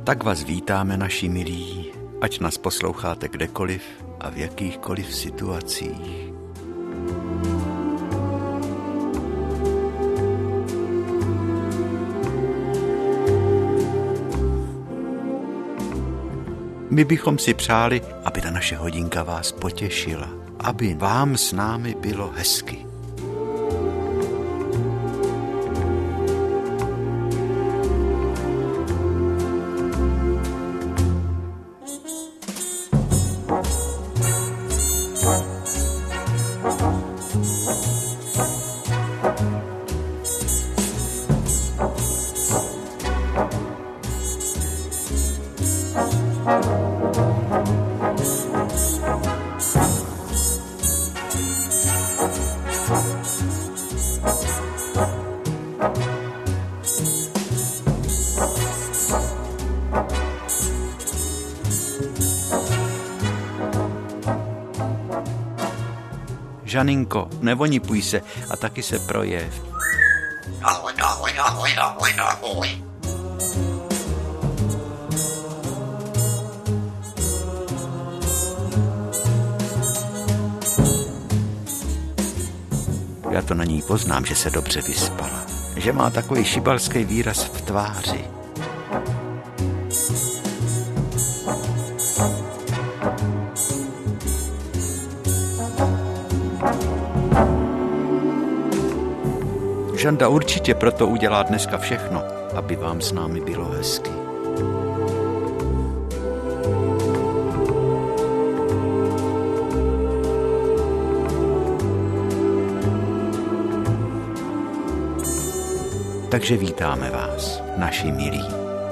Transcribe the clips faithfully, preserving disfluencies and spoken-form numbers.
Tak vás vítáme, naši milí, ať nás posloucháte kdekoliv a v jakýchkoliv situacích. My bychom si přáli, aby ta naše hodinka vás potěšila, aby vám s námi bylo hezky. Žaninko, nevonipuj se a taky se projev. Ahoj, ahoj, ahoj, ahoj, ahoj. Já to na ní poznám, že se dobře vyspala. Že má takový šibalský výraz v tváři. Žanda určitě proto udělá dneska všechno, aby vám s námi bylo hezky. Takže vítáme vás, naši milí.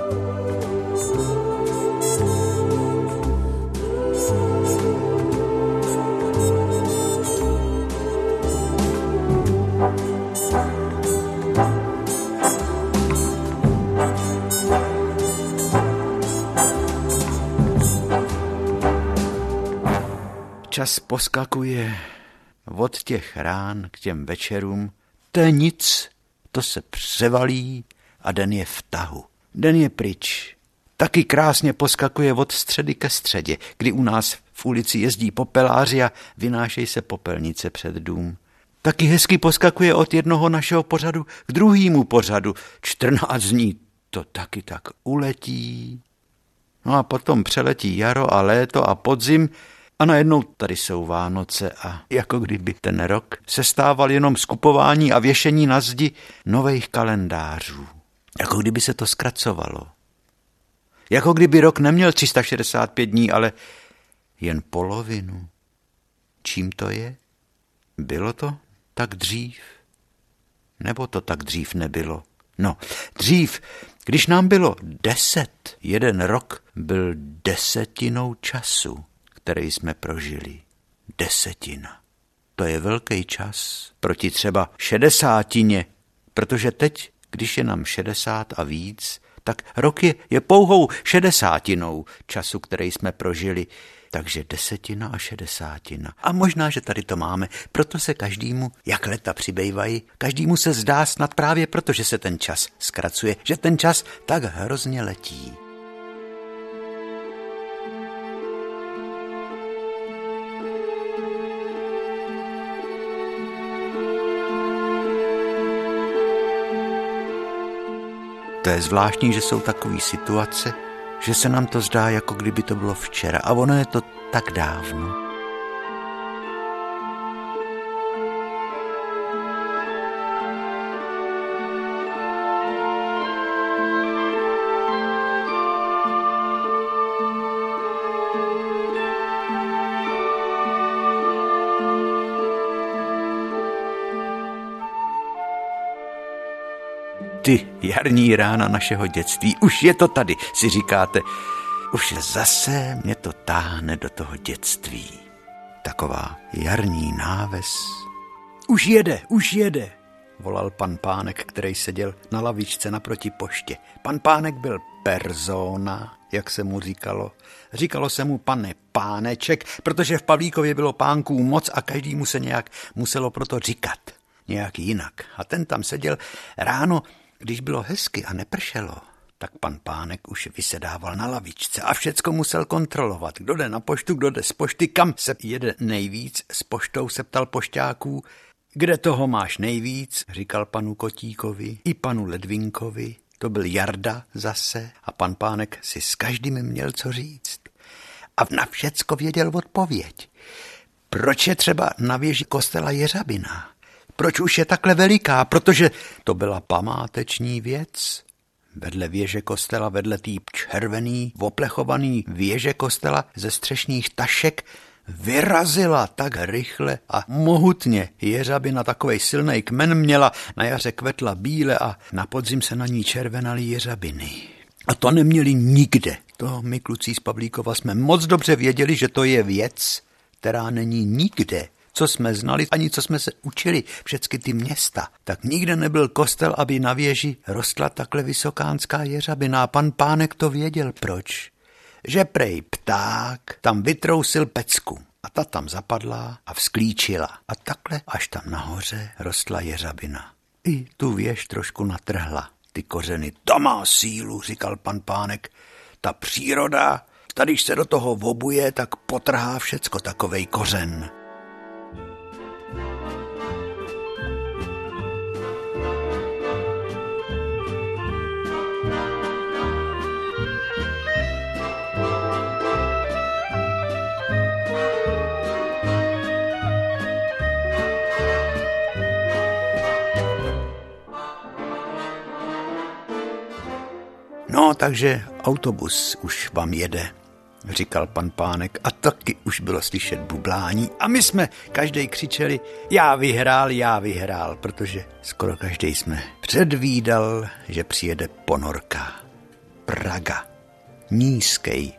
Čas poskakuje od těch rán k těm večerům. To je nic, to se převalí a den je v tahu. Den je pryč. Taky krásně poskakuje od středy ke středě, kdy u nás v ulici jezdí popeláři a vynášejí se popelnice před dům. Taky hezky poskakuje od jednoho našeho pořadu k druhému pořadu. čtrnáct dní to taky tak uletí. No a potom přeletí jaro a léto a podzim. A najednou tady jsou Vánoce a jako kdyby ten rok se stával jenom z kupování a věšení na zdi nových kalendářů. Jako kdyby se to zkracovalo. Jako kdyby rok neměl tři sta šedesát pět dní, ale jen polovinu. Čím to je? Bylo to tak dřív? Nebo to tak dřív nebylo? No, dřív, když nám bylo deset, jeden rok byl desetinou času, který jsme prožili. Desetina. To je velký čas proti třeba šedesátině, protože teď, když je nám šedesát a víc, tak rok je, je pouhou šedesátinou času, který jsme prožili. Takže desetina a šedesátina. A možná, že tady to máme, proto se každému, jak leta přibývají, každému se zdá snad právě proto, že se ten čas zkracuje, že ten čas tak hrozně letí. To je zvláštní, že jsou takové situace, že se nám to zdá, jako kdyby to bylo včera. A ono je to tak dávno. Ty jarní rána našeho dětství, už je to tady, si říkáte. Už zase mě to táhne do toho dětství. Taková jarní náves. Už jede, už jede, volal pan Pánek, který seděl na lavičce naproti poště. Pan Pánek byl persona, jak se mu říkalo. Říkalo se mu pane Páneček, protože v Pavlíkově bylo pánků moc a každému se nějak muselo proto říkat. Nějak jinak. A ten tam seděl ráno, když bylo hezky a nepršelo, tak pan Pánek už vysedával na lavičce a všecko musel kontrolovat. Kdo jde na poštu, kdo jde z pošty, kam se jede nejvíc. S poštou se ptal pošťáků, kde toho máš nejvíc, říkal panu Kotíkovi i panu Ledvinkovi. To byl Jarda zase a pan Pánek si s každým měl co říct. A na všecko věděl odpověď. Proč je třeba na věži kostela Jeřabina? Proč už je takhle veliká? Protože to byla památeční věc. Vedle věže kostela, vedle tý červený, oplechovaný věže kostela ze střešních tašek vyrazila tak rychle a mohutně. Jeřabina, takovej silnej kmen měla, na jaře kvetla bíle a na podzim se na ní červenaly jeřabiny. A to neměli nikde. To my kluci z Pavlíkova jsme moc dobře věděli, že to je věc, která není nikde. Co jsme znali, ani co jsme se učili, všechny ty města, tak nikde nebyl kostel, aby na věži rostla takhle vysokánská jeřabina. A pan Pánek to věděl proč. Že prej pták tam vytrousil pecku a ta tam zapadla a vzklíčila. A takhle až tam nahoře rostla jeřabina. I tu věž trošku natrhla. Ty kořeny, to má sílu, říkal pan Pánek. Ta příroda, tady když se do toho vobuje, tak potrhá všecko, takovej kořen. No, takže autobus už vám jede, říkal pan Pánek a taky už bylo slyšet bublání a my jsme každej křičeli já vyhrál, já vyhrál, protože skoro každej jsme předvídal, že přijede ponorka. Praga. Nízkej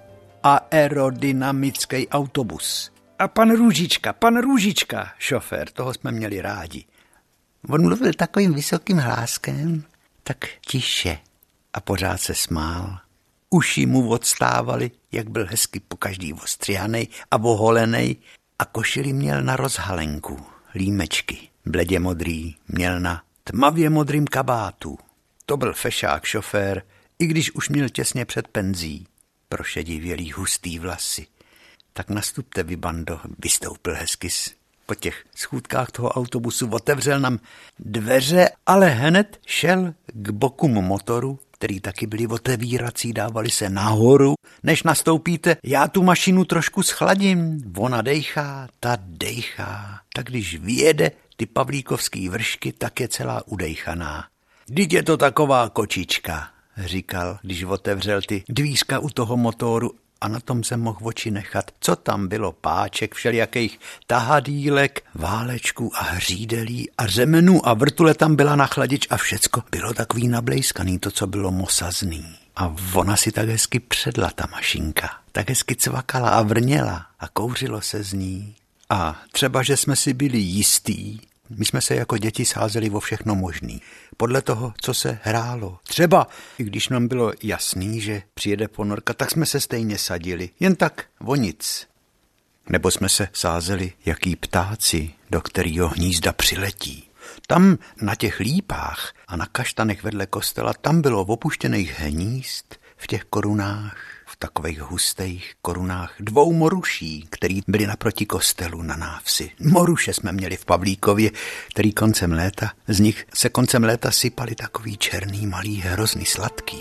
aerodynamický autobus. A pan Růžička, pan Růžička, šofér, toho jsme měli rádi. On mluvil takovým vysokým hláskem, tak tiše. A pořád se smál. Uši mu odstávaly, jak byl hezky pokaždý ostřihanej a oholenej a košili měl na rozhalenku, límečky, bledě modrý, měl na tmavě modrým kabátu. To byl fešák šofér, i když už měl těsně před penzí, prošedivělý hustý vlasy. Tak nastupte vy, bando, vystoupil hezky po těch schůdkách toho autobusu, otevřel nám dveře, ale hned šel k bokům motoru, který taky byli otevírací, dávali se nahoru. Než nastoupíte, já tu mašinu trošku schladím. Ona dejchá, ta dejchá. Tak když vyjede ty pavlíkovský vršky, tak je celá udejchaná. Vždyť je to taková kočička, říkal, když otevřel ty dvířka u toho motoru a na tom se mohl oči nechat. Co tam bylo? Páček, všelijakých tahadýlek, válečků a hřídelí a řemenů a vrtule tam byla na chladič a všecko bylo takový nablejskaný, to, co bylo mosazný. A ona si tak hezky předla, ta mašinka. Tak hezky cvakala a vrněla a kouřilo se z ní. A třeba, že jsme si byli jistí, my jsme se jako děti sázeli o všechno možný. Podle toho, co se hrálo. Třeba, i když nám bylo jasný, že přijede ponorka, tak jsme se stejně sadili. Jen tak, o nic. Nebo jsme se sázeli, jaký ptáci, do kterého hnízda přiletí. Tam na těch lípách a na kaštanech vedle kostela, tam bylo opuštěných hnízd v těch korunách, v takových hustých korunách dvou moruší, který byly naproti kostelu na návsi. Moruše jsme měli v Pavlíkově, který koncem léta, z nich se koncem léta sypali takový černý, malý, hrozný sladký.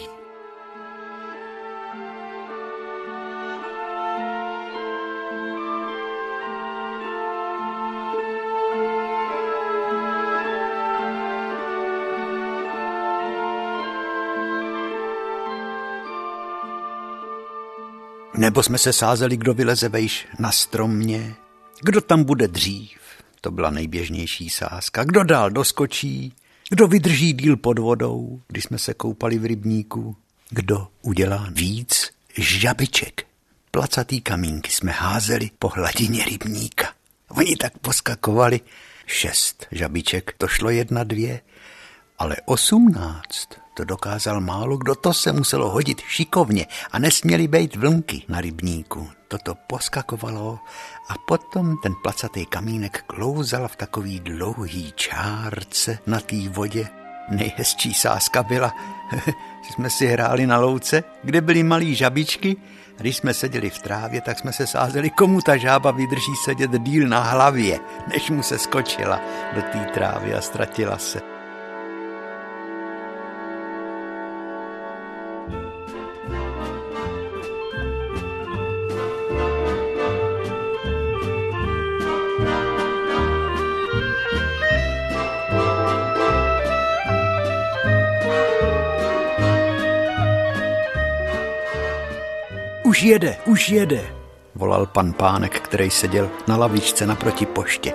Nebo jsme se sázeli, kdo vyleze vejš na stromě, kdo tam bude dřív, to byla nejběžnější sázka, kdo dál doskočí, kdo vydrží díl pod vodou, když jsme se koupali v rybníku, kdo udělá víc žabiček. Placatý kamínky jsme házeli po hladině rybníka. Oni tak poskakovali, šest žabiček, to šlo jedna, dvě, ale osmnáct. To dokázal málo kdo, to se muselo hodit šikovně a nesměly být vlnky na rybníku. Toto poskakovalo a potom ten placatý kamínek klouzal v takový dlouhý čárce na té vodě Nejhezčí sázka byla, že jsme si hráli na louce, kde byly malý žabičky. Když jsme seděli v trávě, tak jsme se sázeli, komu ta žába vydrží sedět díl na hlavě, než mu se skočila do té trávy a ztratila se. Už jede, už jede, volal pan Pánek, který seděl na lavičce naproti poště.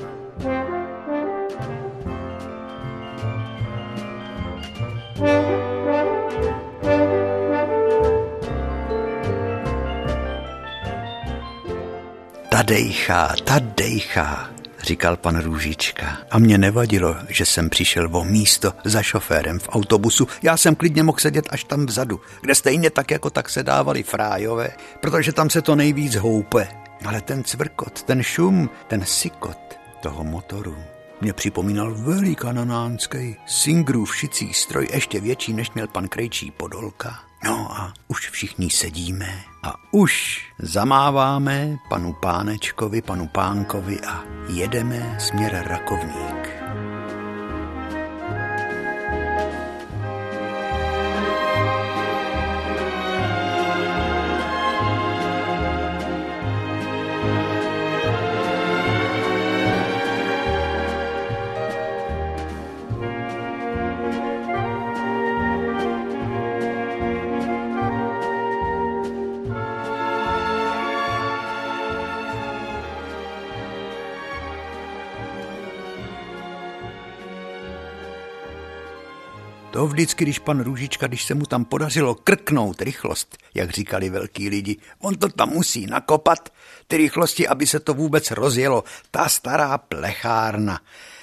Tadejchá, tadejchá, říkal pan Růžička. A mě nevadilo, že jsem přišel o místo za šoférem v autobusu. Já jsem klidně mohl sedět až tam vzadu, kde stejně tak jako tak se dávali frájové, protože tam se to nejvíc houpe. Ale ten cvrkot, ten šum, ten sykot toho motoru mě připomínal velikanonánský Singrův šicí stroj, ještě větší, než měl pan Krejčí Podolka. No a už všichni sedíme a už zamáváme panu Pánečkovi, panu Pánkovi a jedeme směr Rakovník. To vždycky, když pan Růžička, když se mu tam podařilo krknout rychlost, jak říkali velký lidi, on to tam musí nakopat, ty rychlosti, aby se to vůbec rozjelo, ta stará plechárna.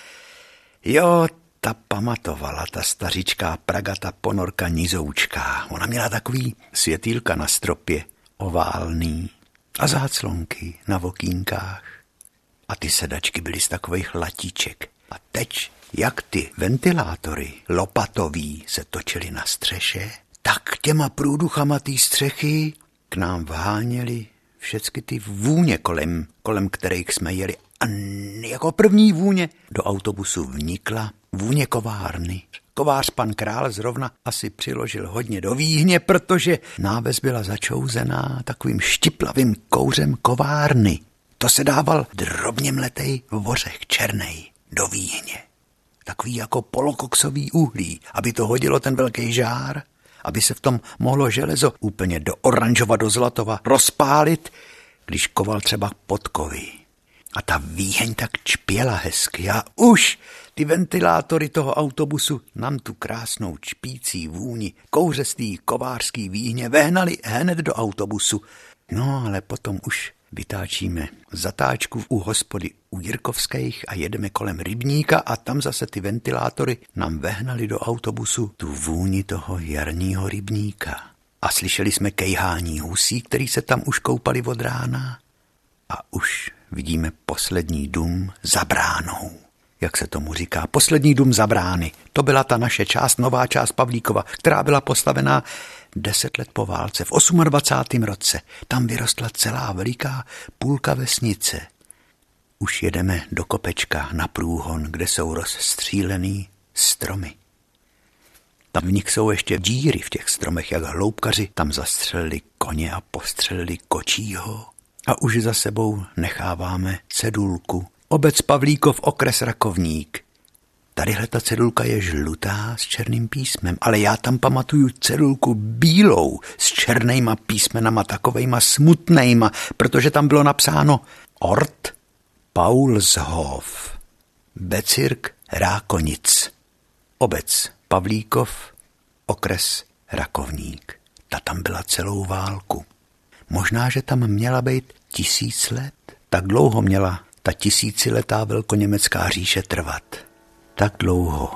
Jo, ta pamatovala, ta stařičká Praga, ta ponorka Nizoučká. Ona měla takový světýlka na stropě, oválný, a záclonky na vokínkách. A ty sedačky byly z takových latíček. A teď, jak ty ventilátory lopatový se točily na střeše, tak těma průduchama té střechy k nám vháněly všechny ty vůně kolem, kolem kterých jsme jeli. A jako první vůně do autobusu vnikla vůně kovárny. Kovář pan Král zrovna asi přiložil hodně do výhně, protože náves byla začouzená takovým štiplavým kouřem kovárny. To se dával drobně mletej vořech černej do výhně. Takový jako polokoksový uhlí, aby to hodilo ten velký žár, aby se v tom mohlo železo úplně do oranžova, do zlatova rozpálit, když koval třeba podkovy. A ta výheň tak čpěla hezky a už ty ventilátory toho autobusu nám tu krásnou čpící vůni kouřestý kovářský výhně vehnali hned do autobusu. No ale potom už vytáčíme zatáčku u hospody u Jirkovských a jedeme kolem rybníka a tam zase ty ventilátory nám vehnali do autobusu tu vůni toho jarního rybníka. A slyšeli jsme kejhání husí, který se tam už koupali od rána. A už vidíme poslední dům za bránou. Jak se tomu říká, poslední dům za brány. To byla ta naše část, nová část Pavlíkova, která byla postavená deset let po válce, v dvacátém osmém roce. Tam vyrostla celá veliká půlka vesnice. Už jedeme do kopečka na průhon, kde jsou rozstřílený stromy. Tam v nich jsou ještě díry v těch stromech, jak hloubkaři tam zastřelili koně a postřelili kočího. A už za sebou necháváme cedulku. Obec Pavlíkov, okres Rakovník. Tadyhle ta cedulka je žlutá s černým písmem, ale já tam pamatuju cedulku bílou s černýma písmenama, takovejma smutnejma, protože tam bylo napsáno Ort Paulshof, Bezirk Rákonic, obec Pavlíkov, okres Rakovník. Ta tam byla celou válku. Možná, že tam měla být tisíc let. Tak dlouho měla ta tisíciletá velkoněmecká říše trvat. Tak dlouho.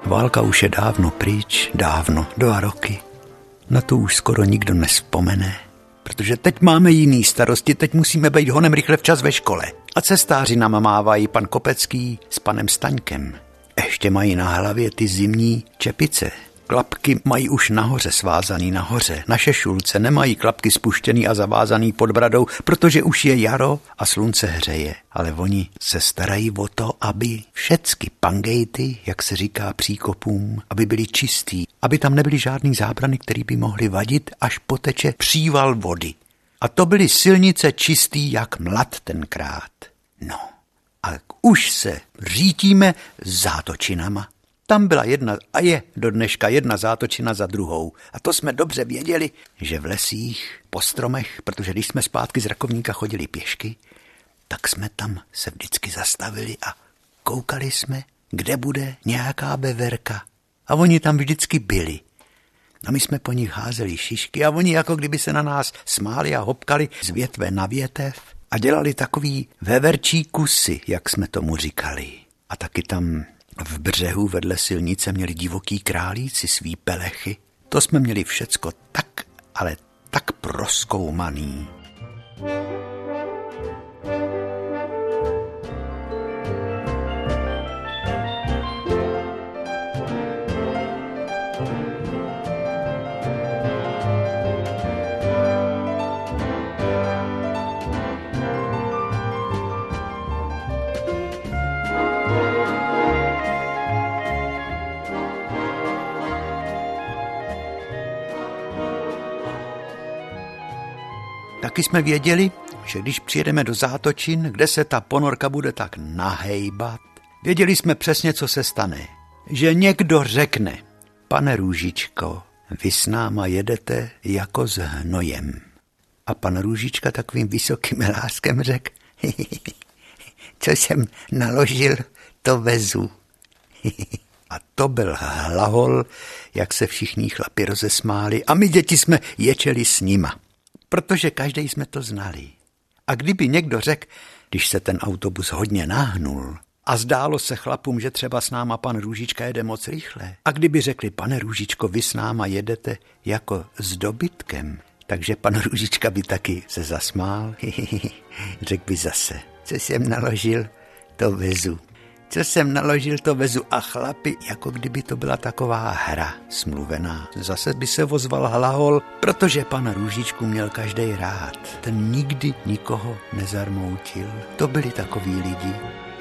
Válka už je dávno pryč, dávno, dva roky. Na to už skoro nikdo nevzpomene. Protože teď máme jiný starosti, teď musíme být honem rychle včas ve škole. A cestáři nám mávají pan Kopecký s panem Staňkem. Ještě mají na hlavě ty zimní čepice. Klapky mají už nahoře svázaný nahoře. Naše šulce nemají klapky spuštěný a zavázaný pod bradou, protože už je jaro a slunce hřeje. Ale oni se starají o to, aby všecky pangejty, jak se říká příkopům, aby byly čistý, aby tam nebyly žádný zábrany, které by mohly vadit, až poteče příval vody. A to byly silnice čistý jak mlad tenkrát. No, a už se řítíme zátočinama. Tam byla jedna a je do dneška jedna zátočina za druhou. A to jsme dobře věděli, že v lesích, po stromech, protože když jsme zpátky z Rakovníka chodili pěšky, tak jsme tam se vždycky zastavili a koukali jsme, kde bude nějaká beverka. A oni tam vždycky byli. A my jsme po nich házeli šišky a oni jako kdyby se na nás smáli a hopkali z větve na větev a dělali takový veverčí kusy, jak jsme tomu říkali. A taky tam v břehu vedle silnice měli divoký králíci svý pelechy. To jsme měli všecko tak, ale tak prozkoumaný. Taky jsme věděli, že když přijedeme do Zátočin, kde se ta ponorka bude tak nahejbat, věděli jsme přesně, co se stane. Že někdo řekne, pane Růžičko, vy s náma jedete jako s hnojem. A pan Růžička takovým vysokým láskem řekl, co jsem naložil, to vezu. A to byl hlahol, jak se všichni chlapi rozesmáli a my děti jsme ječeli s nima. Protože každý jsme to znali. A kdyby někdo řekl, když se ten autobus hodně nahnul a zdálo se chlapům, že třeba s náma pan Růžička jede moc rychle, a kdyby řekli, pane Růžičko, vy s náma jedete jako s dobytkem, takže pan Růžička by taky se zasmál. Řekl by zase, co jsem naložil, to vezu. Co jsem naložil, to vezu a chlapi, jako kdyby to byla taková hra smluvená. Zase by se ozval hlahol, protože pan Růžičku měl každej rád. Ten nikdy nikoho nezarmoutil. To byli takoví lidi.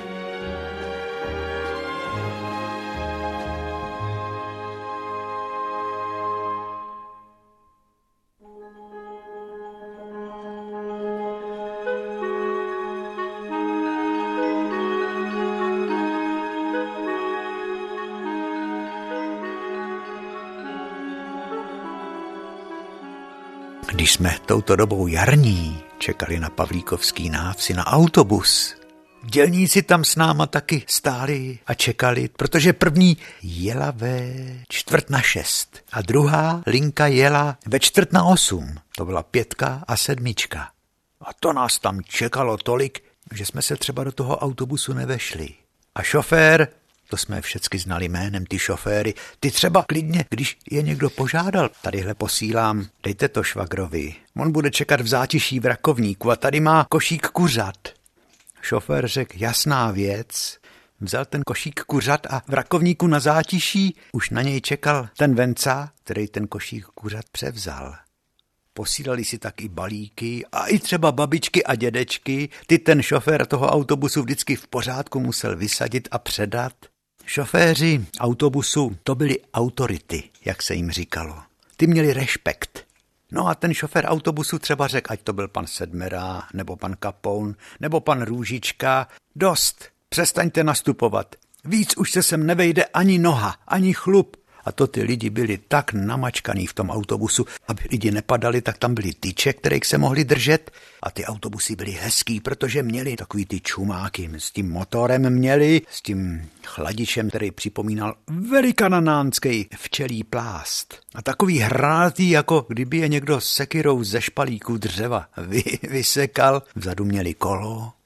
Když jsme touto dobou jarní čekali na Pavlíkovský návsi na autobus, dělníci tam s náma taky stáli a čekali, protože první jela ve čtvrt na šest a druhá linka jela ve čtvrt na osm. To byla pětka a sedmička. A to nás tam čekalo tolik, že jsme se třeba do toho autobusu nevešli. A šofér, to jsme všecky znali jménem, ty šoféry, ty třeba klidně, když je někdo požádal, tadyhle posílám, dejte to švagrovi, on bude čekat v Zátiší v Rakovníku a tady má košík kuřat. Šofér řekl, jasná věc, vzal ten košík kuřat a v Rakovníku na Zátiší už na něj čekal ten Venca, který ten košík kuřat převzal. Posílali si tak i balíky a i třeba babičky a dědečky, ty ten šofér toho autobusu vždycky v pořádku musel vysadit a předat. Šoféři autobusu, to byly autority, jak se jim říkalo. Ty měli rešpekt. No a ten šofér autobusu třeba řekl, ať to byl pan Sedmera, nebo pan Kapoun, nebo pan Růžička, dost, přestaňte nastupovat. Víc už se sem nevejde ani noha, ani chlup. A to ty lidi byli tak namačkaný v tom autobusu, aby lidi nepadali, tak tam byly tyče, kterých se mohli držet. A ty autobusy byly hezký, protože měli takový ty čumáky. S tím motorem měli, s tím chladičem, který připomínal velikanánský včelí plást. A takový hranatý, jako kdyby je někdo sekyrou ze špalíků dřeva vy, vysekal. Vzadu měli kolo,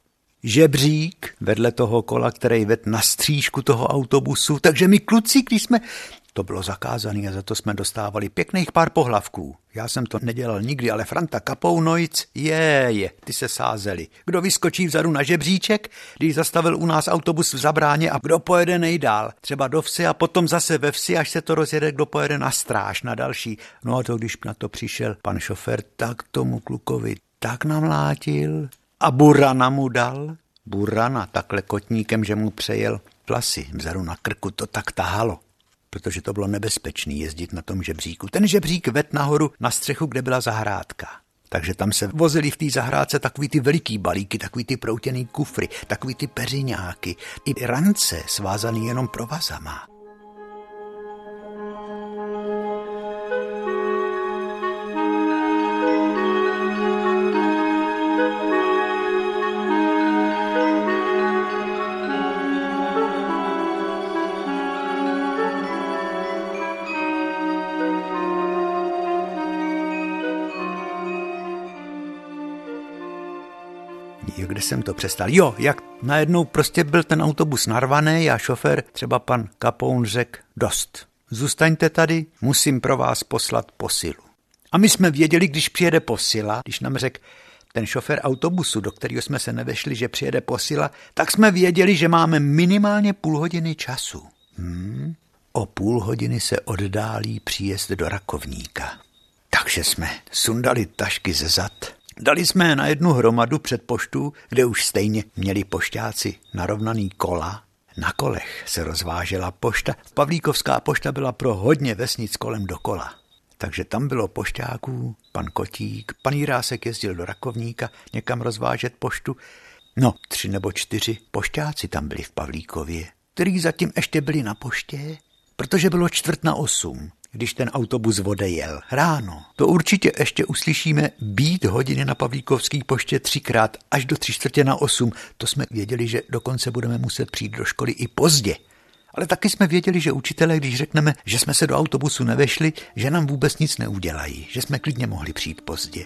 žebřík vedle toho kola, který vedl na střížku toho autobusu, takže my kluci, když jsme... To bylo zakázané a za to jsme dostávali pěkných pár pohlavků. Já jsem to nedělal nikdy, ale Franta Kapounojc, je, je, ty se sázeli. Kdo vyskočí vzadu na žebříček, když zastavil u nás autobus v Zabráně a kdo pojede nejdál, třeba do vsi a potom zase ve vsi, až se to rozjede, kdo pojede na stráž, na další. No a to, když na to přišel pan šofér, tak tomu klukovi tak namlátil a burana mu dal. Burana takhle kotníkem, že mu přejel vlasy vzadu na krku, to tak tahalo. Protože to bylo nebezpečné jezdit na tom žebříku. Ten žebřík vedl nahoru na střechu, kde byla zahrádka. Takže tam se vozili v té zahrádce takový ty veliký balíky, takový ty proutěný kufry, takový ty peřiňáky, i rance svázaný jenom provazama. Jo, kde jsem to přestal? Jo, jak najednou prostě byl ten autobus narvaný a šofér, třeba pan Kapoun, řekl, dost, zůstaňte tady, musím pro vás poslat posilu. A my jsme věděli, když přijede posila, když nám řekl ten šofér autobusu, do kterého jsme se nevešli, že přijede posila, tak jsme věděli, že máme minimálně půl hodiny času. Hmm. O půl hodiny se oddálí příjezd do Rakovníka. Takže jsme sundali tašky ze zad, dali jsme je na jednu hromadu před poštu, kde už stejně měli pošťáci narovnaný kola. Na kolech se rozvážela pošta. Pavlíkovská pošta byla pro hodně vesnic kolem dokola. Takže tam bylo pošťáků, pan Kotík, pan Jirásek jezdil do Rakovníka někam rozvážet poštu. No, tři nebo čtyři pošťáci tam byli v Pavlíkově, který zatím ještě byli na poště, protože bylo čtvrt na osm. Když ten autobus odejel ráno. To určitě ještě uslyšíme být hodiny na Pavlíkovské poště třikrát až do tři čtvrtě na osm. To jsme věděli, že dokonce budeme muset přijít do školy i pozdě. Ale taky jsme věděli, že učitelé, když řekneme, že jsme se do autobusu nevešli, že nám vůbec nic neudělají, že jsme klidně mohli přijít pozdě.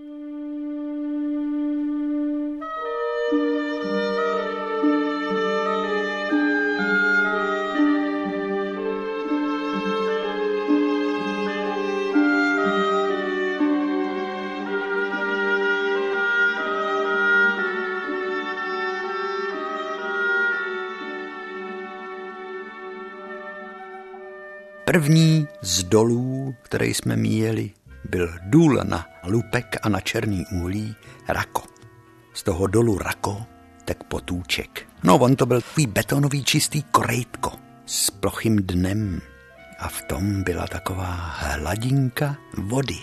První z dolů, které jsme míjeli, byl důl na Lupek a na Černý Úhlí Rako. Z toho dolu Rako tek potůček. No, on to byl takový betonový čistý korejtko s plochým dnem a v tom byla taková hladinka vody.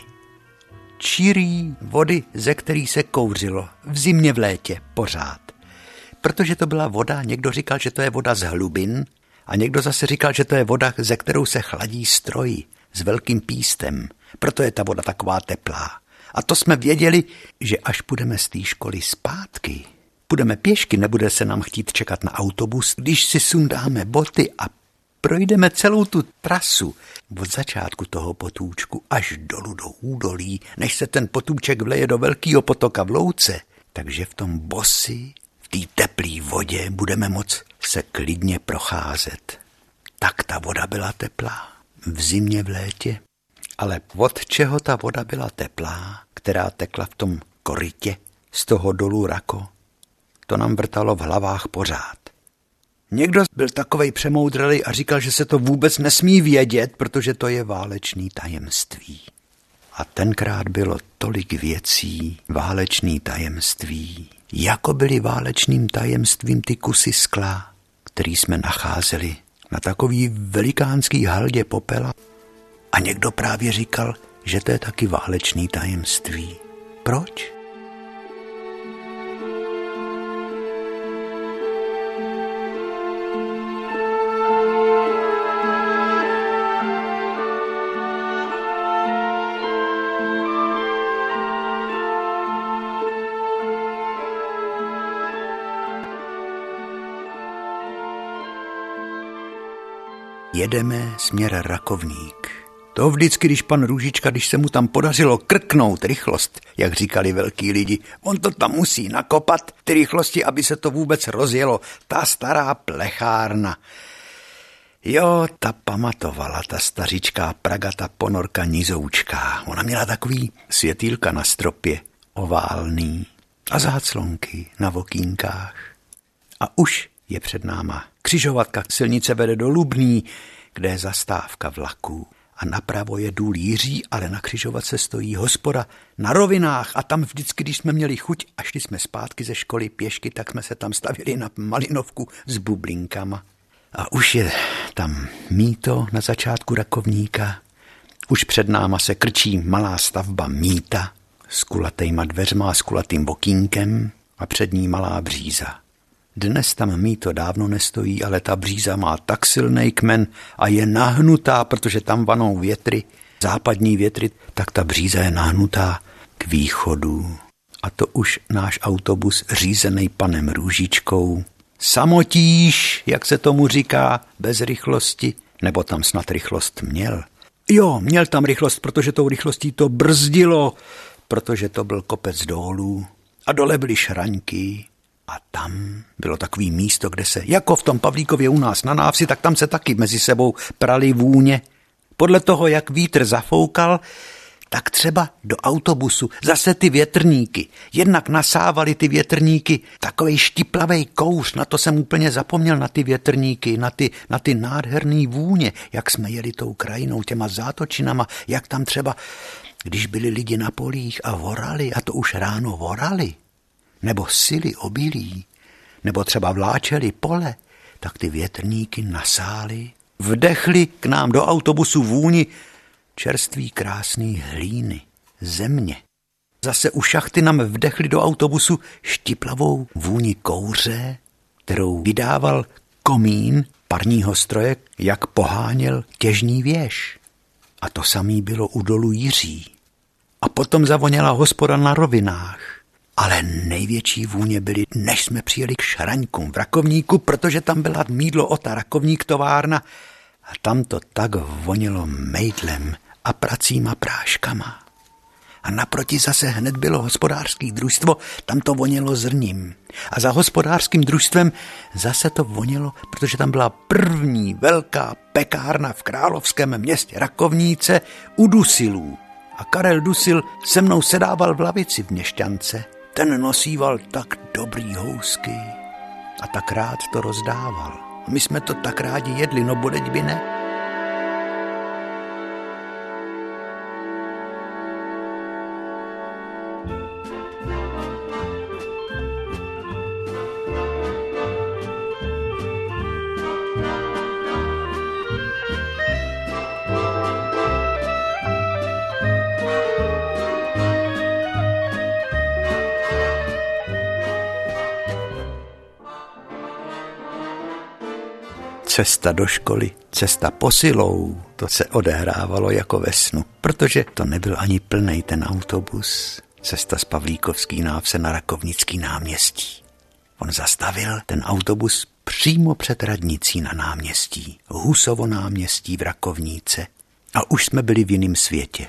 Čirý vody, ze který se kouřilo v zimě, v létě pořád. Protože to byla voda, někdo říkal, že to je voda z hlubin, a někdo zase říkal, že to je voda, ze kterou se chladí stroj s velkým pístem. Proto je ta voda taková teplá. A to jsme věděli, že až půjdeme z té školy zpátky, půjdeme pěšky, nebude se nám chtít čekat na autobus, když si sundáme boty a projdeme celou tu trasu od začátku toho potůčku až dolů do údolí, než se ten potůček vleje do velkého potoka v Louce. Takže v tom bosi, v té teplé vodě budeme moc se klidně procházet. Tak ta voda byla teplá v zimě, v létě. Ale od čeho ta voda byla teplá, která tekla v tom korytě z toho dolu Rako, to nám vrtalo v hlavách pořád. Někdo byl takovej přemoudrelý a říkal, že se to vůbec nesmí vědět, protože to je válečný tajemství. A tenkrát bylo tolik věcí, válečný tajemství, jako byly válečným tajemstvím ty kusy skla, který jsme nacházeli na takový velikánský haldě popela. A někdo právě říkal, že to je taky válečný tajemství. Proč? Jedeme směr Rakovník. To vždycky, když pan Růžička, když se mu tam podařilo krknout rychlost, jak říkali velký lidi, on to tam musí nakopat, ty rychlosti, aby se to vůbec rozjelo, ta stará plechárna. Jo, ta pamatovala, ta stařičká Praga, ta ponorka nizoučká. Ona měla takový světýlka na stropě, oválný, a záclonky na okýnkách. A už je před náma křižovatka, silnice vede do Lubný, kde je zastávka vlaků. A napravo je důl Jiří, ale na křižovatce stojí hospoda na rovinách a tam vždycky, když jsme měli chuť a šli jsme zpátky ze školy pěšky, tak jsme se tam stavili na malinovku s bublinkama. A už je tam mýto na začátku Rakovníka. Už před náma se krčí malá stavba mýta s kulatýma dveřma a s kulatým okýnkem a před ní malá bříza. Dnes tam mýto dávno nestojí, ale ta bříza má tak silný kmen a je nahnutá, protože tam vanou větry, západní větry, tak ta bříza je nahnutá k východu. A to už náš autobus řízený panem Růžičkou. Samotíž, jak se tomu říká, bez rychlosti, nebo tam snad rychlost měl. Jo, měl tam rychlost, protože tou rychlostí to brzdilo, protože to byl kopec dolů a dole byly šraňky. A tam bylo takový místo, kde se, jako v tom Pavlíkově u nás na návsi, tak tam se taky mezi sebou prali vůně. Podle toho, jak vítr zafoukal, tak třeba do autobusu zase ty větrníky. Jednak nasávali ty větrníky takovej štiplavej kouř, na to jsem úplně zapomněl, na ty větrníky, na ty, na ty nádherný vůně, jak jsme jeli tou krajinou, těma zátočinama, jak tam třeba, když byli lidi na polích a vorali, a to už ráno vorali, nebo sily obilí, nebo třeba vláčeli pole, tak ty větrníky nasály, vdechli k nám do autobusu vůni čerstvý krásný hlíny, země. Zase u šachty nám vdechli do autobusu štiplavou vůni kouře, kterou vydával komín parního stroje, jak poháněl těžní věž. A to samý bylo u dolu Jiří. A potom zavoněla hospoda na rovinách. Ale největší vůně byly, než jsme přijeli k šraňkům v Rakovníku, protože tam byla mýdlo Ota Rakovník továrna a tam to tak vonilo mejdlem a pracíma práškama. A naproti zase hned bylo hospodářský družstvo, tam to vonilo zrním. A za hospodářským družstvem zase to vonilo, protože tam byla první velká pekárna v královském městě Rakovníce u Dusilů. A Karel Dusil se mnou sedával v lavici v Měšťance. Ten nosíval tak dobrý housky a tak rád to rozdával. A my jsme to tak rádi jedli, no bodeť by ne. Cesta do školy, cesta posilou, to se odehrávalo jako ve snu, protože to nebyl ani plnej ten autobus. Cesta z Pavlíkovský návse na Rakovnický náměstí. On zastavil ten autobus přímo před radnicí na náměstí, Husovo náměstí v Rakovníce. A už jsme byli v jiném světě.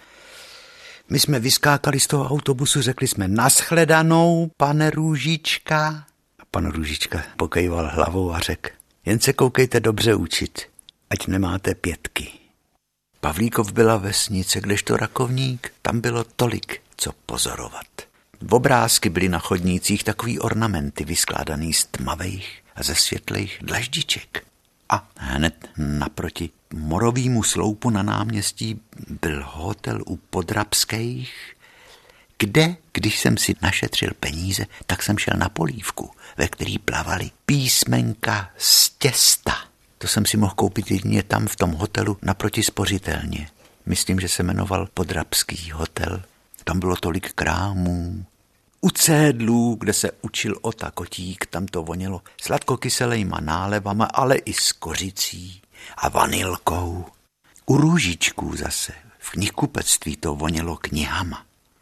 My jsme vyskákali z toho autobusu, řekli jsme nashledanou, pane Růžička. A pan Růžička pokejval hlavou a řekl, jen se koukejte dobře učit, ať nemáte pětky. Pavlíkov byla vesnice, kdežto Rakovník, tam bylo tolik, co pozorovat. Obrázky byly na chodnících, takový ornamenty vyskládaný z tmavých a ze světlých dlaždiček. A hned naproti morovýmu sloupu na náměstí byl hotel u Podrabských, kde, když jsem si našetřil peníze, tak jsem šel na polívku, ve který plavaly písmenka z těsta. To jsem si mohl koupit jedině tam v tom hotelu naproti spořitelně. Myslím, že se jmenoval Podrabský hotel. Tam bylo tolik krámů. U cédlů, kde se učil Ota Kotík, tam to vonělo sladkokyselejma nálevama, ale i s kořicí a vanilkou. U Růžičků zase, v knihkupectví to vonělo knihama.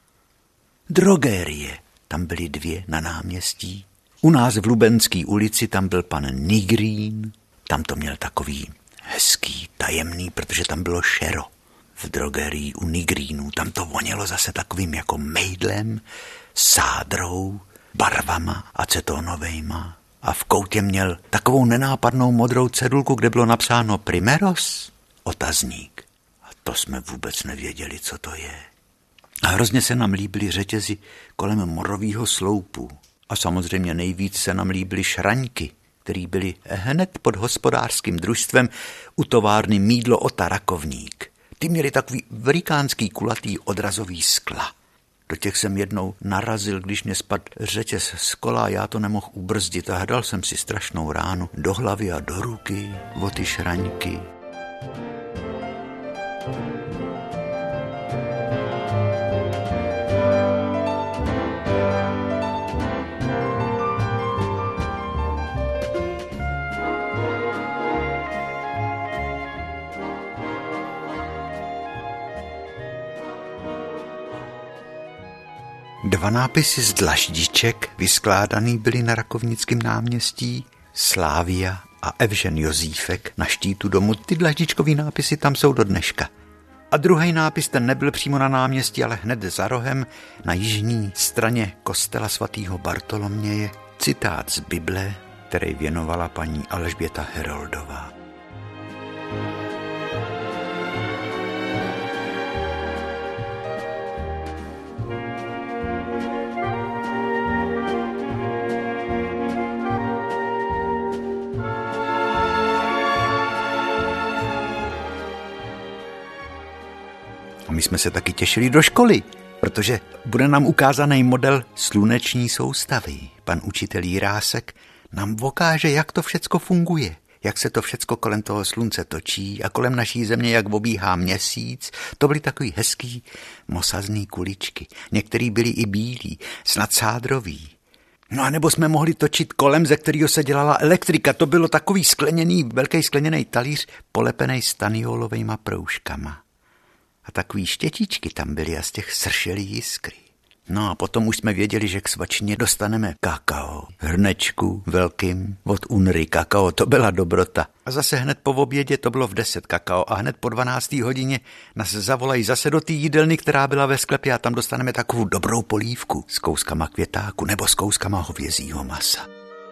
Drogérie, tam byly dvě na náměstí. U nás v Lubenský ulici tam byl pan Nigrín, tam to měl takový hezký, tajemný, protože tam bylo šero. v drogerii u Nigrínů. Tam to vonělo zase takovým jako mejdlem, sádrou, barvama acetonovejma. A v koutě měl takovou nenápadnou modrou cedulku, kde bylo napsáno Primeros, otazník. A to jsme vůbec nevěděli, co to je. A hrozně se nám líbily řetězy kolem morovýho sloupu. A samozřejmě nejvíc se nám líbily šraňky, které byly hned pod hospodářským družstvem u továrny Mídlo Ota Rakovník. Ty měly takový velikánský kulatý odrazový skla. Do těch jsem jednou narazil, když mě spadl řetěz z kola a já to nemohl ubrzdit a dal jsem si strašnou ránu do hlavy a do ruky o ty šraňky. Dva nápisy z dlaždiček vyskládaný byly na Rakovnickém náměstí, Slávia a Evžen Jozífek na štítu domu. Ty dlaždičkový nápisy tam jsou do dneška. A druhý nápis, ten nebyl přímo na náměstí, ale hned za rohem na jižní straně kostela svatého Bartoloměje. Citát z Bible, který věnovala paní Alžběta Heroldová. A my jsme se taky těšili do školy, protože bude nám ukázaný model sluneční soustavy. Pan učitel Jirásek nám ukáže, jak to všecko funguje, jak se to všecko kolem toho slunce točí a kolem naší země, jak obíhá měsíc. To byly takový hezký mosazný kuličky. Některý byli i bílí, snad sádrový. No a nebo jsme mohli točit kolem, ze kterého se dělala elektrika. To bylo takový skleněný, velký skleněný talíř, polepený staniolovejma proužkama. A takový štětičky tam byly a z těch sršely jiskry. No a potom už jsme věděli, že k svačině dostaneme kakao. Hrnečku velkým od Unry kakao, to byla dobrota. A zase hned po obědě to bylo v deset kakao a hned po dvanácté hodině nás zavolají zase do té jídelny, která byla ve sklepě a tam dostaneme takovou dobrou polívku s kouskama květáku nebo s kouskama hovězího masa.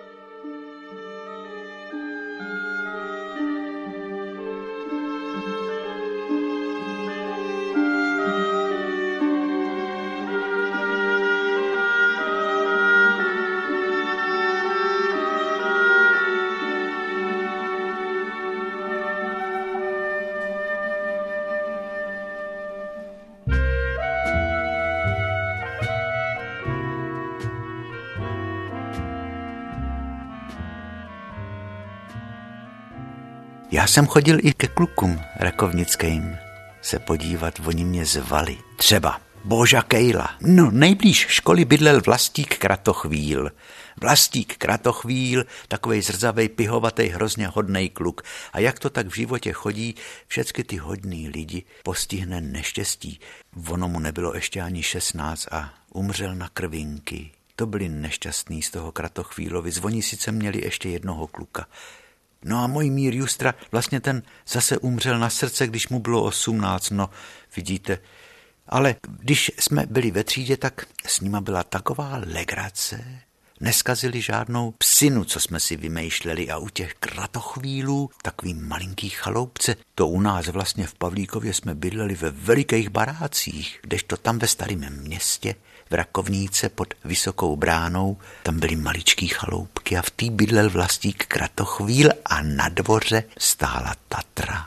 Já jsem chodil i ke klukům rakovnickým se podívat, oni mě zvali. Třeba Boža Kejla. No, nejblíž školy bydlel Vlastík Kratochvíl. Vlastík Kratochvíl, takovej zrzavej, pihovatej, hrozně hodnej kluk. A jak to tak v životě chodí, všecky ty hodný lidi postihne neštěstí. Ono mu nebylo ještě ani šestnáct a umřel na krvinky. To byli nešťastní z toho Kratochvílovi. Oni sice měli ještě jednoho kluka. No a můj Mír Justra, vlastně ten zase umřel na srdce, když mu bylo osmnáct, no vidíte. Ale když jsme byli ve třídě, tak s nima byla taková legrace. Neskazili žádnou psinu, co jsme si vymýšleli a u těch Kratochvílů, takový malinký chaloupce, to u nás vlastně v Pavlíkově jsme bydleli ve velikých barácích, kdežto tam ve starém městě, v Rakovníce pod Vysokou bránou, tam byly maličký chaloupky a v té bydlel Vlastík Kratochvíl a na dvoře stála Tatra.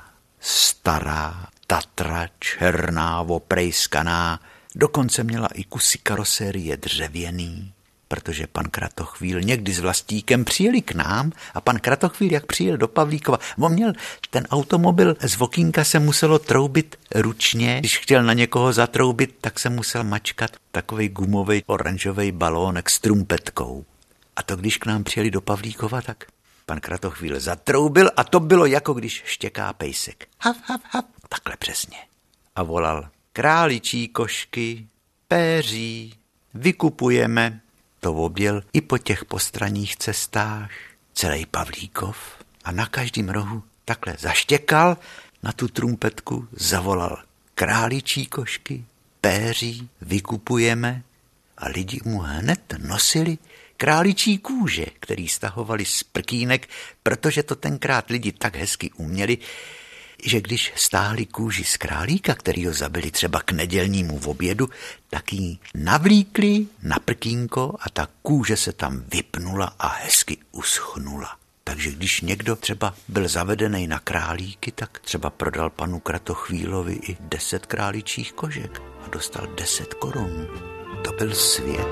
Stará Tatra, černá, oprejskaná, dokonce měla i kusy karosérie dřevěný, protože pan Kratochvíl někdy s Vlastíkem přijeli k nám a pan Kratochvíl, jak přijel do Pavlíkova, on měl ten automobil, z okýnka se muselo troubit ručně, když chtěl na někoho zatroubit, tak se musel mačkat takovej gumovej oranžovej balónek s trumpetkou. A to když k nám přijeli do Pavlíkova, tak pan Kratochvíl zatroubil a to bylo jako když štěká pejsek. Hav, hav, hav, takhle přesně. A volal: králičí košky, péří, vykupujeme. To objel i po těch postranních cestách celý Pavlíkov a na každém rohu takhle zaštěkal, na tu trumpetku zavolal: králičí košky, péří, vykupujeme a lidi mu hned nosili králičí kůže, který stahovali z prkínek, protože to tenkrát lidi tak hezky uměli, že když stáhli kůži z králíka, který ho zabili třeba k nedělnímu obědu, tak ji navlíkli na prkínko a ta kůže se tam vypnula a hezky uschnula. Takže když někdo třeba byl zavedený na králíky, tak třeba prodal panu Kratochvílovi i deset králičích kožek a dostal deset korun. To byl svět.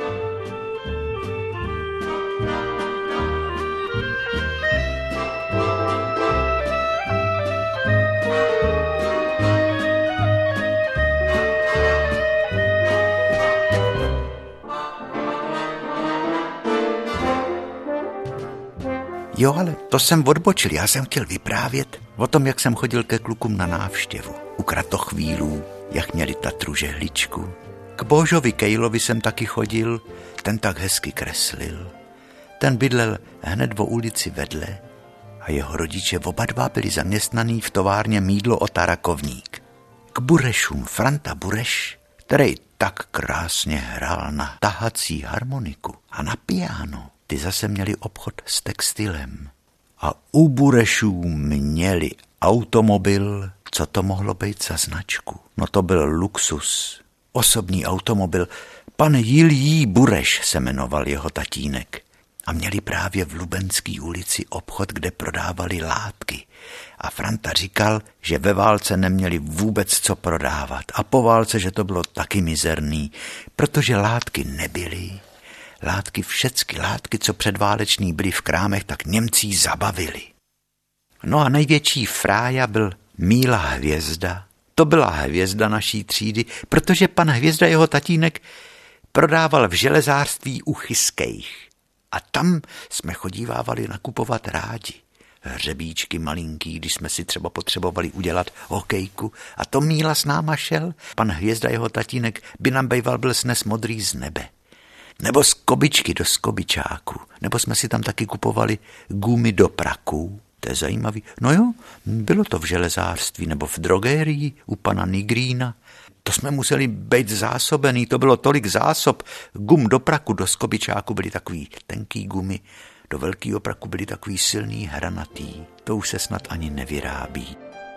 Jo, ale to jsem odbočil. Já jsem chtěl vyprávět o tom, jak jsem chodil ke klukům na návštěvu. U Kratochvílů, jak měli Tatru žehličku. K Božovi Kejlovi jsem taky chodil, ten tak hezky kreslil. Ten bydlel hned o ulici vedle a jeho rodiče oba dva byli zaměstnaný v továrně Mýdlo Ota Rakovník. K Burešům Franta Bureš, který tak krásně hrál na tahací harmoniku a na piano. Ty zase měli obchod s textilem. A u Burešů měli automobil. Co to mohlo být za značku? No to byl luxus. Osobní automobil. Pan Jiljí Bureš se jmenoval jeho tatínek. A měli právě v Lubenské ulici obchod, kde prodávali látky. A Franta říkal, že ve válce neměli vůbec co prodávat. A po válce, že to bylo taky mizerný, protože látky nebyly. Látky, všecky látky, co předváleční byly v krámech, tak Němcí zabavili. No a největší frája byl Míla Hvězda. To byla hvězda naší třídy, protože pan Hvězda, jeho tatínek, prodával v železářství u Chyskejch. A tam jsme chodívávali nakupovat rádi. Hřebíčky malinký, když jsme si třeba potřebovali udělat hokejku. A to Míla s náma šel. Pan Hvězda, jeho tatínek, by nám bejval byl snes modrý z nebe. Nebo z kobičky do skobičáku. Nebo jsme si tam taky kupovali gumy do praků. To je zajímavý. No jo, bylo to v železářství nebo v drogérii u pana Nigrína. To jsme museli být zásobený, to bylo tolik zásob. Gum do praku, do skobičáku byly takový tenký gumy, do velkýho praku byly takový silný hranatý. To už se snad ani nevyrábí.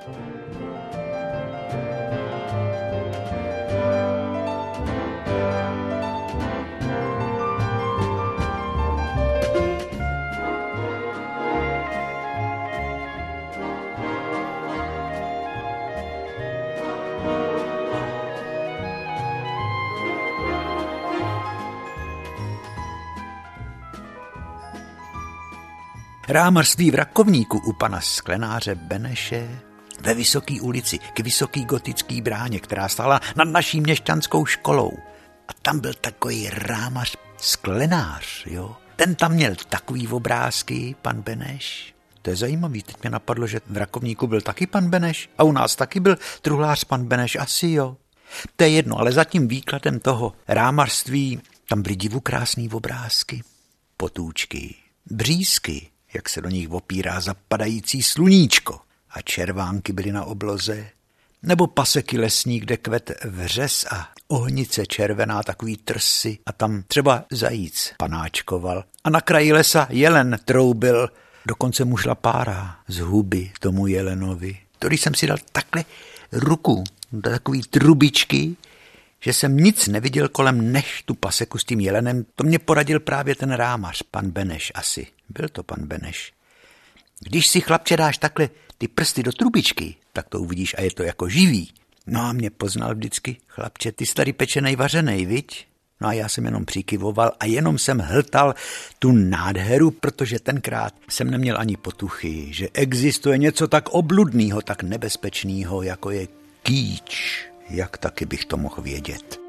Rámarství v Rakovníku u pana sklenáře Beneše, ve Vysoký ulici, k Vysoký gotický bráně, která stála nad naší měšťanskou školou. A tam byl takový rámař sklenář, jo. Ten tam měl takový obrázky, pan Beneš. To je zajímavý, teď mě napadlo, že v Rakovníku byl taky pan Beneš a u nás taky byl truhlář pan Beneš, asi jo. To je jedno, ale za tím výkladem toho rámařství tam byly divukrásný obrázky, potůčky, břízky, jak se do nich opírá zapadající sluníčko a červánky byly na obloze, nebo paseky lesní, kde kvet vřes a ohnice červená, takový trsy a tam třeba zajíc panáčkoval a na kraji lesa jelen troubil, dokonce mu šla pára z huby tomu jelenovi. To když jsem si dal takhle ruku do takový trubičky, že jsem nic neviděl kolem než tu paseku s tím jelenem, to mě poradil právě ten rámař, pan Beneš asi. Byl to pan Beneš. Když si, chlapče, dáš takhle ty prsty do trubičky, tak to uvidíš a je to jako živý. No a mě poznal vždycky, chlapče, ty jsi tady pečenej vařenej, viď? No a já jsem jenom přikyvoval a jenom jsem hltal tu nádheru, protože tenkrát jsem neměl ani potuchy, že existuje něco tak obludného, tak nebezpečného, jako je kýč. Jak taky bych to mohl vědět?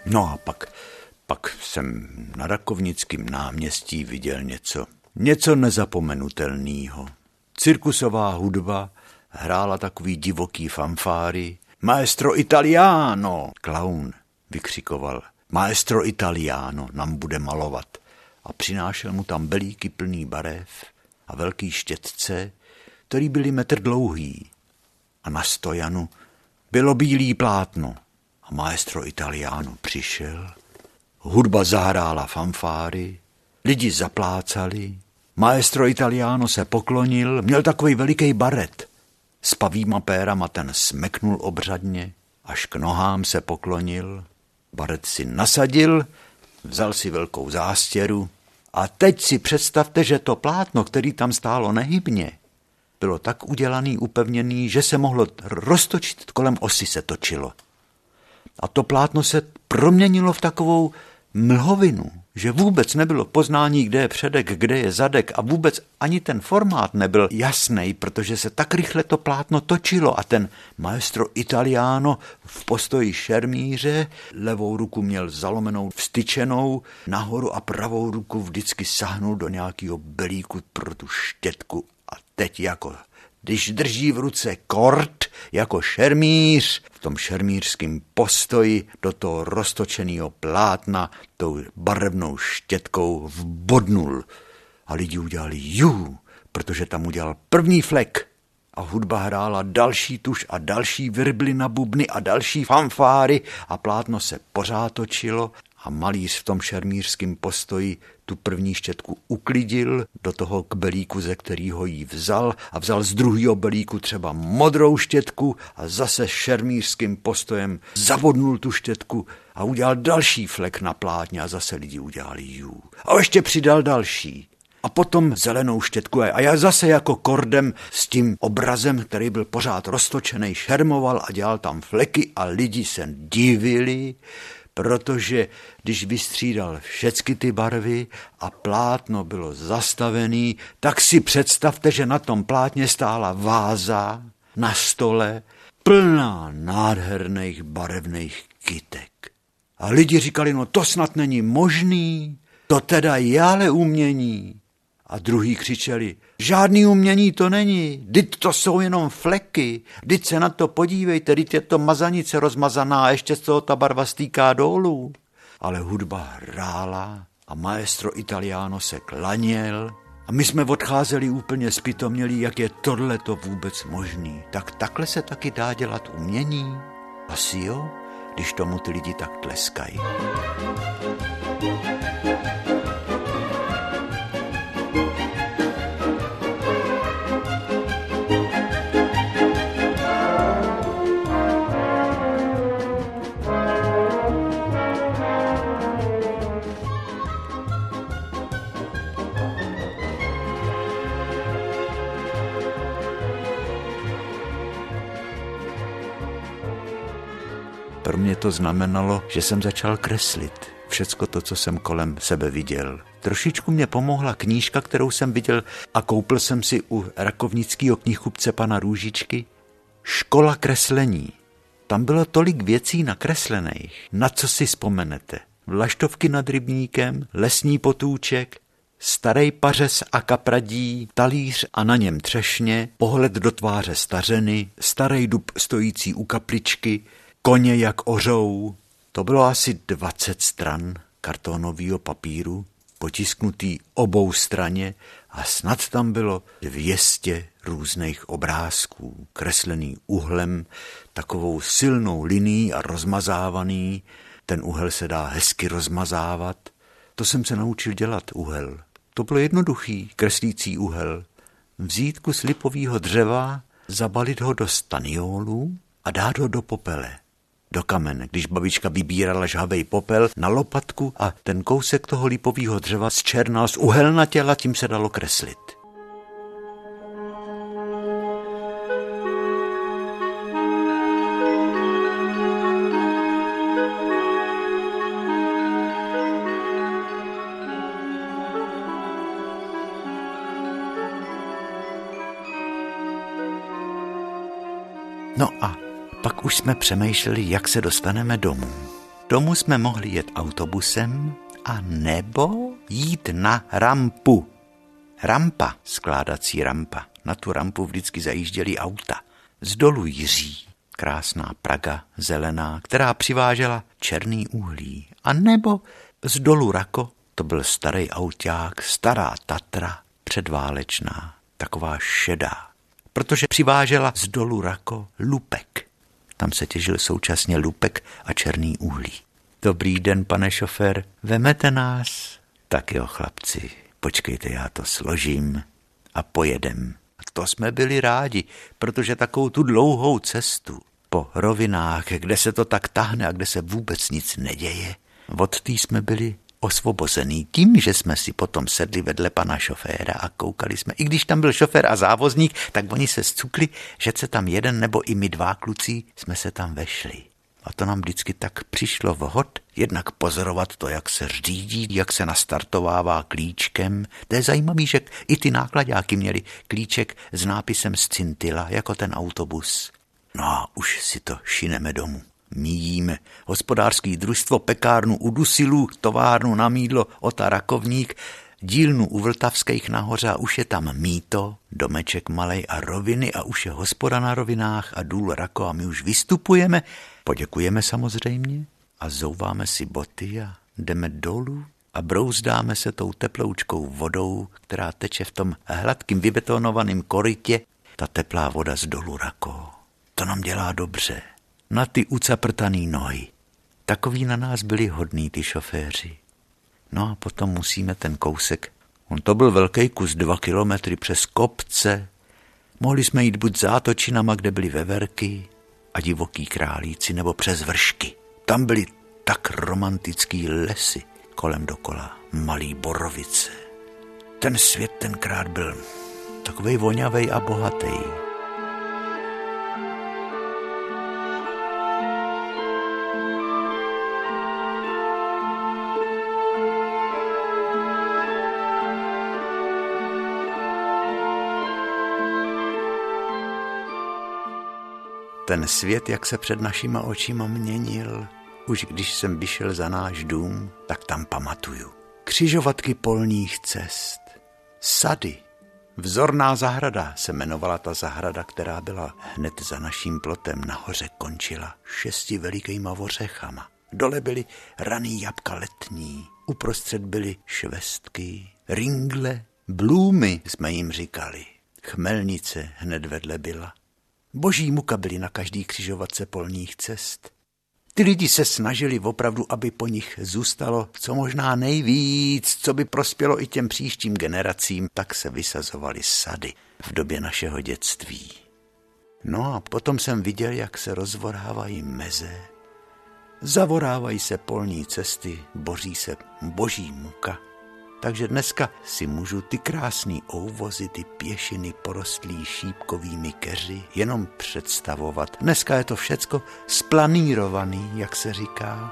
No a pak, pak jsem na Rakovnickém náměstí viděl něco, něco nezapomenutelného. Cirkusová hudba hrála takový divoký fanfáry. Maestro Italiano, klaun vykřikoval. Maestro Italiano nám bude malovat. A přinášel mu tam belíky plný barev a velký štětce, který byly metr dlouhý. A na stojanu bylo bílý plátno. A maestro Italiano přišel, hudba zahrála fanfáry, lidi zaplácali, maestro Italiano se poklonil, měl takový veliký baret. S pavýma pérama ten smeknul obřadně, až k nohám se poklonil, baret si nasadil, vzal si velkou zástěru a teď si představte, že to plátno, který tam stálo nehybně, bylo tak udělaný, upevněný, že se mohlo roztočit, kolem osy se točilo. A to plátno se proměnilo v takovou mlhovinu, že vůbec nebylo poznání, kde je předek, kde je zadek a vůbec ani ten formát nebyl jasný, protože se tak rychle to plátno točilo a ten maestro Italiano v postoji šermíře, levou ruku měl zalomenou vstyčenou nahoru a pravou ruku vždycky sahnul do nějakého belíku pro tu štětku a teď jako když drží v ruce kort jako šermíř, v tom šermířském postoji do toho roztočeného plátna tou barevnou štětkou vbodnul. A lidi udělali jú, protože tam udělal první flek. A hudba hrála další tuš a další virbly na bubny a další fanfáry a plátno se pořád točilo a malíř v tom šermířském postoji tu první štětku uklidil do toho kbelíku, ze kterého ji vzal a vzal z druhého belíku třeba modrou štětku a zase šermířským postojem zavodnul tu štětku a udělal další flek na plátně a zase lidi udělali jú. A ještě přidal další. A potom zelenou štětku a já zase jako kordem s tím obrazem, který byl pořád roztočený, šermoval a dělal tam fleky a lidi se divili, protože když vystřídal všechny ty barvy a plátno bylo zastavený, tak si představte, že na tom plátně stála váza na stole plná nádherných barevných kytek. A lidi říkali, no to snad není možný, to teda je ale umění. A druhý křičeli, žádný umění to není, vždyť to jsou jenom fleky, vždyť se na to podívejte, vždyť je to mazanice rozmazaná a ještě z toho ta barva stýká dolů. Ale hudba hrála a maestro Italiano se klaněl a my jsme odcházeli úplně zpytomělí, jak je tohleto vůbec možný. Tak takhle se taky dá dělat umění? Asi jo, když tomu ty lidi tak tleskají. Pro mě to znamenalo, že jsem začal kreslit všecko to, co jsem kolem sebe viděl. Trošičku mě pomohla knížka, kterou jsem viděl a koupil jsem si u rakovnického knihkupce pana Růžičky Škola kreslení. Tam bylo tolik věcí nakreslených, na co si vzpomenete. Vlaštovky nad rybníkem, lesní potůček, starej pařez a kapradí, talíř a na něm třešně, pohled do tváře stařeny, starej dub stojící u kapličky, koně jak ořou. To bylo asi dvacet stran kartonového papíru, potisknutý obou straně a snad tam bylo dvě stě různých obrázků, kreslený uhlem, takovou silnou linií a rozmazávaný. Ten uhel se dá hezky rozmazávat. To jsem se naučil dělat uhel. To bylo jednoduchý kreslící uhel. Vzít kus lipového dřeva, zabalit ho do staniolů a dát ho do popele. Do kamene, když babička vybírala žhavej popel na lopatku a ten kousek toho lipového dřeva zčernal z uhelnatěla, tím se dalo kreslit. No a pak už jsme přemýšleli, jak se dostaneme domů. domů jsme mohli jet autobusem a nebo jít na rampu. Rampa, skládací rampa. Na tu rampu vždycky zajížděly auta. Z dolu Jiří, krásná Praga, zelená, která přivážela černý uhlí. A nebo z dolu Rako, to byl starý auták, stará Tatra, předválečná, taková šedá. Protože přivážela z dolu Rako lupek. Tam se těžil současně lupek a černý uhlí. Dobrý den, pane šofér, vemete nás? Tak jo, chlapci, počkejte, já to složím a pojedem. A to jsme byli rádi, protože takovou tu dlouhou cestu po rovinách, kde se to tak tahne a kde se vůbec nic neděje, od té jsme byli osvobozený tím, že jsme si potom sedli vedle pana šoféra a koukali jsme. I když tam byl šofér a závozník, tak oni se zcukli, že se tam jeden nebo i my dva kluci jsme se tam vešli. A to nám vždycky tak přišlo vhod, jednak pozorovat to, jak se řídí, jak se nastartovává klíčkem. To je zajímavý, že i ty nákladáky měli klíček s nápisem Scintilla, jako ten autobus. No a už si to šineme domů. Míjíme hospodářský družstvo, pekárnu u Dusilů, továrnu na mýdlo Ota Rakovník, dílnu u Vltavských nahoře a už je tam mýto, domeček malej a roviny a už je hospoda na rovinách a důl Rako a my už vystupujeme, poděkujeme samozřejmě a zouváme si boty a jdeme dolů a brouzdáme se tou teploučkou vodou, která teče v tom hladkým vybetonovaném korytě, ta teplá voda z dolu Rako. To nám dělá dobře. Na ty ucaprtaný nohy. Takový na nás byli hodní ty šoféři. No a potom musíme ten kousek, on to byl velký kus, dva kilometry přes kopce. Mohli jsme jít buď zátočinama, kde byly veverky a divoký králíci, nebo přes vršky. Tam byly tak romantický lesy kolem dokola, malý borovice. Ten svět tenkrát byl takovej vonavej a bohatý. Ten svět, jak se před našima očima měnil, už když jsem vyšel za náš dům, tak tam pamatuju. Křižovatky polních cest, sady, vzorná zahrada se jmenovala ta zahrada, která byla hned za naším plotem, nahoře končila šesti velikýma ořechama. Dole byly raný jabka letní, uprostřed byly švestky, ringle, blůmy jsme jim říkali. Chmelnice hned vedle byla. Boží muka byly na každý křižovatce polních cest. Ty lidi se snažili opravdu, aby po nich zůstalo co možná nejvíc, co by prospělo i těm příštím generacím, tak se vysazovaly sady v době našeho dětství. No a potom jsem viděl, jak se rozvorávají meze, zavorávají se polní cesty, boří se boží muka. Takže dneska si můžu ty krásný ouvozy, ty pěšiny porostlý šípkovými keři jenom představovat. Dneska je to všecko splanírovaný, jak se říká.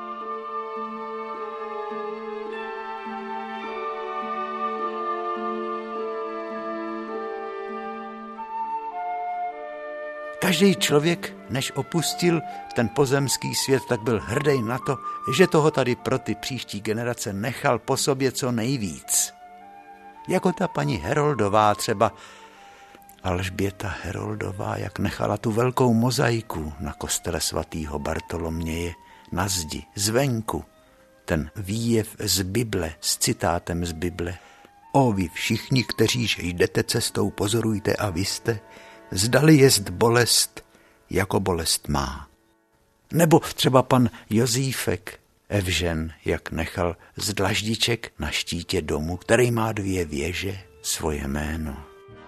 Každý člověk, než opustil ten pozemský svět, tak byl hrdý na to, že toho tady pro ty příští generace nechal po sobě co nejvíc. Jako ta paní Heroldová třeba, Alžběta Heroldová, jak nechala tu velkou mozaiku na kostele svatého Bartoloměje na zdi, zvenku. Ten výjev z Bible, s citátem z Bible. O vy všichni, kteříž jdete cestou, pozorujte a vy jste, zdali jest bolest, jako bolest má. Nebo třeba pan Jozífek Evžen, jak nechal z dlaždiček na štítě domu, který má dvě věže, svoje jméno.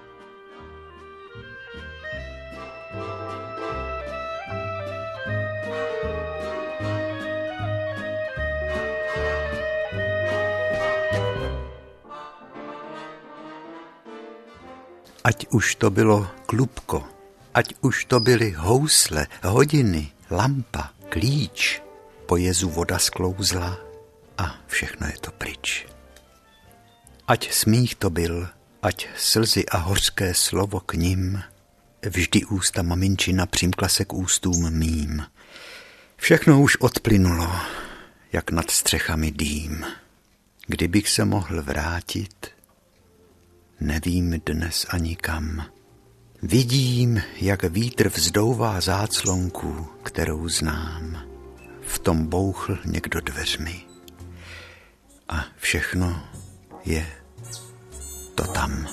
Ať už to bylo klubko, ať už to byly housle, hodiny, lampa, klíč, po jezu voda sklouzla a všechno je to pryč. Ať smích to byl, ať slzy a hořké slovo k nim, vždy ústa maminčina přimkla se k ústům mým. Všechno už odplynulo, jak nad střechami dým. Kdybych se mohl vrátit, nevím dnes ani kam. Vidím, jak vítr vzdouvá záclonku, kterou znám. V tom bouchl někdo dveřmi. A všechno je to tam.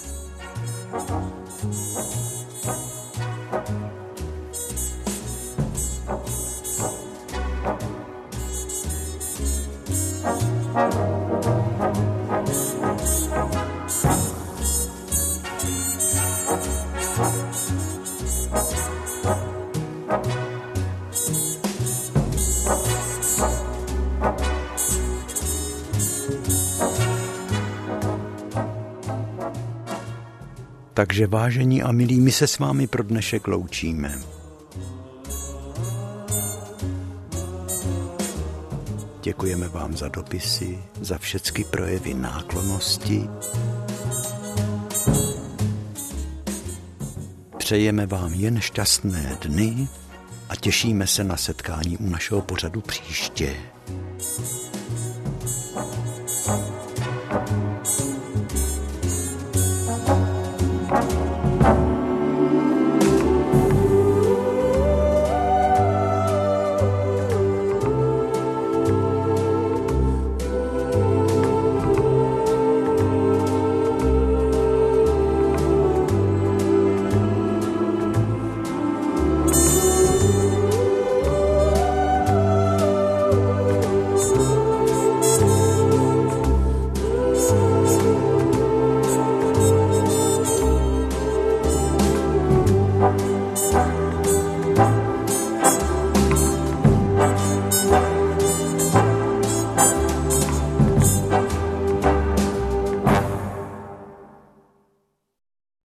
Takže vážení a milí, my se s vámi pro dnešek loučíme. Děkujeme vám za dopisy, za všechny projevy náklonnosti. Přejeme vám jen šťastné dny a těšíme se na setkání u našeho pořadu příště.